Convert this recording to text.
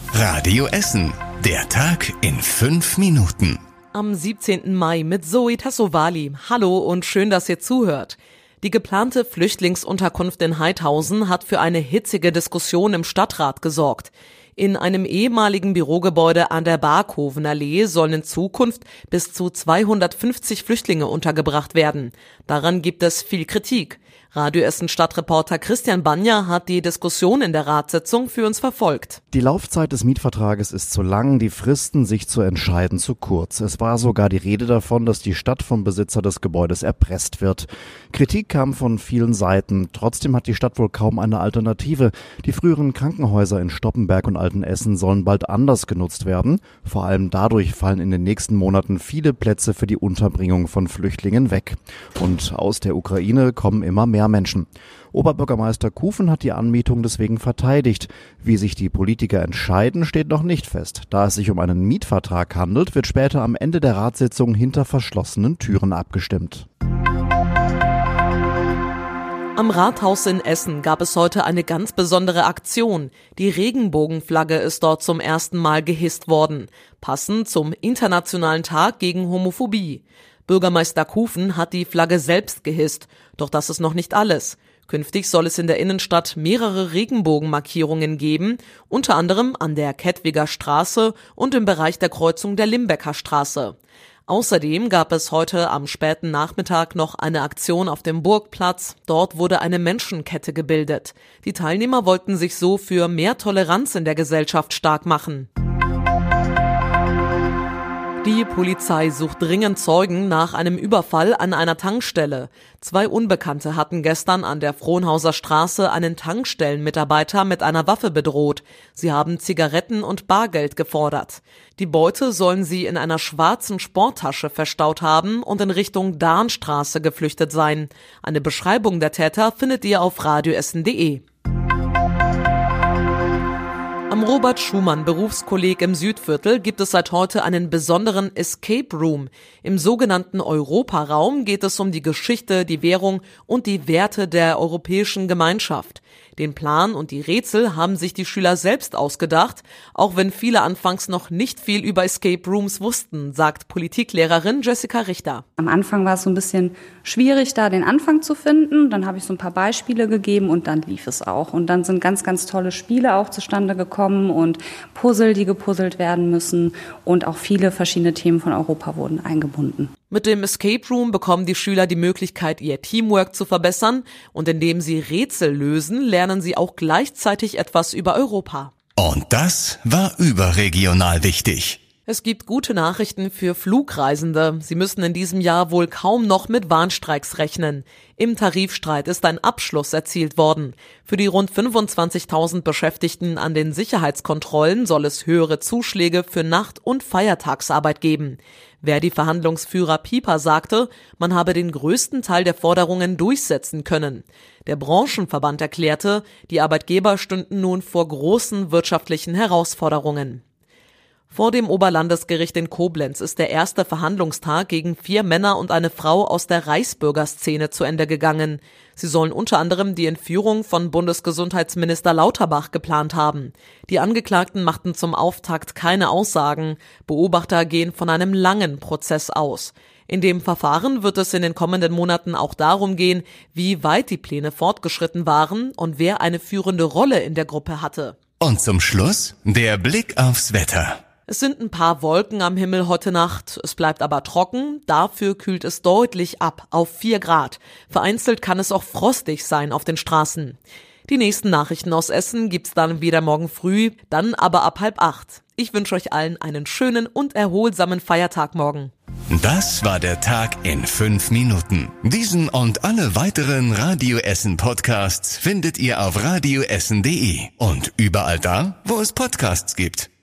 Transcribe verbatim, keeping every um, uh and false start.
Radio Essen. Der Tag in fünf Minuten. Am siebzehnten Mai mit Zoe Tassovali. Hallo und schön, dass ihr zuhört. Die geplante Flüchtlingsunterkunft in Haidhausen hat für eine hitzige Diskussion im Stadtrat gesorgt. In einem ehemaligen Bürogebäude an der Barkhovenallee sollen in Zukunft bis zu zweihundertfünfzig Flüchtlinge untergebracht werden. Daran gibt es viel Kritik. Radio Essen Stadtreporter Christian Banja hat die Diskussion in der Ratssitzung für uns verfolgt. Die Laufzeit des Mietvertrages ist zu lang, die Fristen, sich zu entscheiden, zu kurz. Es war sogar die Rede davon, dass die Stadt vom Besitzer des Gebäudes erpresst wird. Kritik kam von vielen Seiten. Trotzdem hat die Stadt wohl kaum eine Alternative. Die früheren Krankenhäuser in Stoppenberg und Altenessen sollen bald anders genutzt werden. Vor allem dadurch fallen in den nächsten Monaten viele Plätze für die Unterbringung von Flüchtlingen weg. Und aus der Ukraine kommen immer mehr Menschen. Oberbürgermeister Kufen hat die Anmietung deswegen verteidigt. Wie sich die Politiker entscheiden, steht noch nicht fest. Da es sich um einen Mietvertrag handelt, wird später am Ende der Ratssitzung hinter verschlossenen Türen abgestimmt. Am Rathaus in Essen gab es heute eine ganz besondere Aktion. Die Regenbogenflagge ist dort zum ersten Mal gehisst worden, passend zum Internationalen Tag gegen Homophobie. Bürgermeister Kufen hat die Flagge selbst gehisst, doch das ist noch nicht alles. Künftig soll es in der Innenstadt mehrere Regenbogenmarkierungen geben, unter anderem an der Kettwiger Straße und im Bereich der Kreuzung der Limbecker Straße. Außerdem gab es heute am späten Nachmittag noch eine Aktion auf dem Burgplatz. Dort wurde eine Menschenkette gebildet. Die Teilnehmer wollten sich so für mehr Toleranz in der Gesellschaft stark machen. Die Polizei sucht dringend Zeugen nach einem Überfall an einer Tankstelle. Zwei Unbekannte hatten gestern an der Frohnhauser Straße einen Tankstellenmitarbeiter mit einer Waffe bedroht. Sie haben Zigaretten und Bargeld gefordert. Die Beute sollen sie in einer schwarzen Sporttasche verstaut haben und in Richtung Dahnstraße geflüchtet sein. Eine Beschreibung der Täter findet ihr auf radioessen punkt de. Am Robert-Schumann-Berufskolleg im Südviertel gibt es seit heute einen besonderen Escape Room. Im sogenannten Europaraum geht es um die Geschichte, die Währung und die Werte der europäischen Gemeinschaft. Den Plan und die Rätsel haben sich die Schüler selbst ausgedacht, auch wenn viele anfangs noch nicht viel über Escape Rooms wussten, sagt Politiklehrerin Jessica Richter. Am Anfang war es so ein bisschen schwierig, da den Anfang zu finden. Dann habe ich so ein paar Beispiele gegeben und dann lief es auch. Und dann sind ganz, ganz tolle Spiele auch zustande gekommen und Puzzle, die gepuzzelt werden müssen. Und auch viele verschiedene Themen von Europa wurden eingebunden. Mit dem Escape Room bekommen die Schüler die Möglichkeit, ihr Teamwork zu verbessern. Und indem sie Rätsel lösen, lernen sie auch gleichzeitig etwas über Europa. Und das war überregional wichtig. Es gibt gute Nachrichten für Flugreisende. Sie müssen in diesem Jahr wohl kaum noch mit Warnstreiks rechnen. Im Tarifstreit ist ein Abschluss erzielt worden. Für die rund fünfundzwanzigtausend Beschäftigten an den Sicherheitskontrollen soll es höhere Zuschläge für Nacht- und Feiertagsarbeit geben. Verdi-Verhandlungsführer Pieper sagte, man habe den größten Teil der Forderungen durchsetzen können. Der Branchenverband erklärte, die Arbeitgeber stünden nun vor großen wirtschaftlichen Herausforderungen. Vor dem Oberlandesgericht in Koblenz ist der erste Verhandlungstag gegen vier Männer und eine Frau aus der Reichsbürgerszene zu Ende gegangen. Sie sollen unter anderem die Entführung von Bundesgesundheitsminister Lauterbach geplant haben. Die Angeklagten machten zum Auftakt keine Aussagen. Beobachter gehen von einem langen Prozess aus. In dem Verfahren wird es in den kommenden Monaten auch darum gehen, wie weit die Pläne fortgeschritten waren und wer eine führende Rolle in der Gruppe hatte. Und zum Schluss der Blick aufs Wetter. Es sind ein paar Wolken am Himmel heute Nacht, es bleibt aber trocken, dafür kühlt es deutlich ab auf vier Grad. Vereinzelt kann es auch frostig sein auf den Straßen. Die nächsten Nachrichten aus Essen gibt's dann wieder morgen früh, dann aber ab halb acht. Ich wünsche euch allen einen schönen und erholsamen Feiertag morgen. Das war der Tag in fünf Minuten. Diesen und alle weiteren Radio Essen Podcasts findet ihr auf radioessen punkt de und überall da, wo es Podcasts gibt.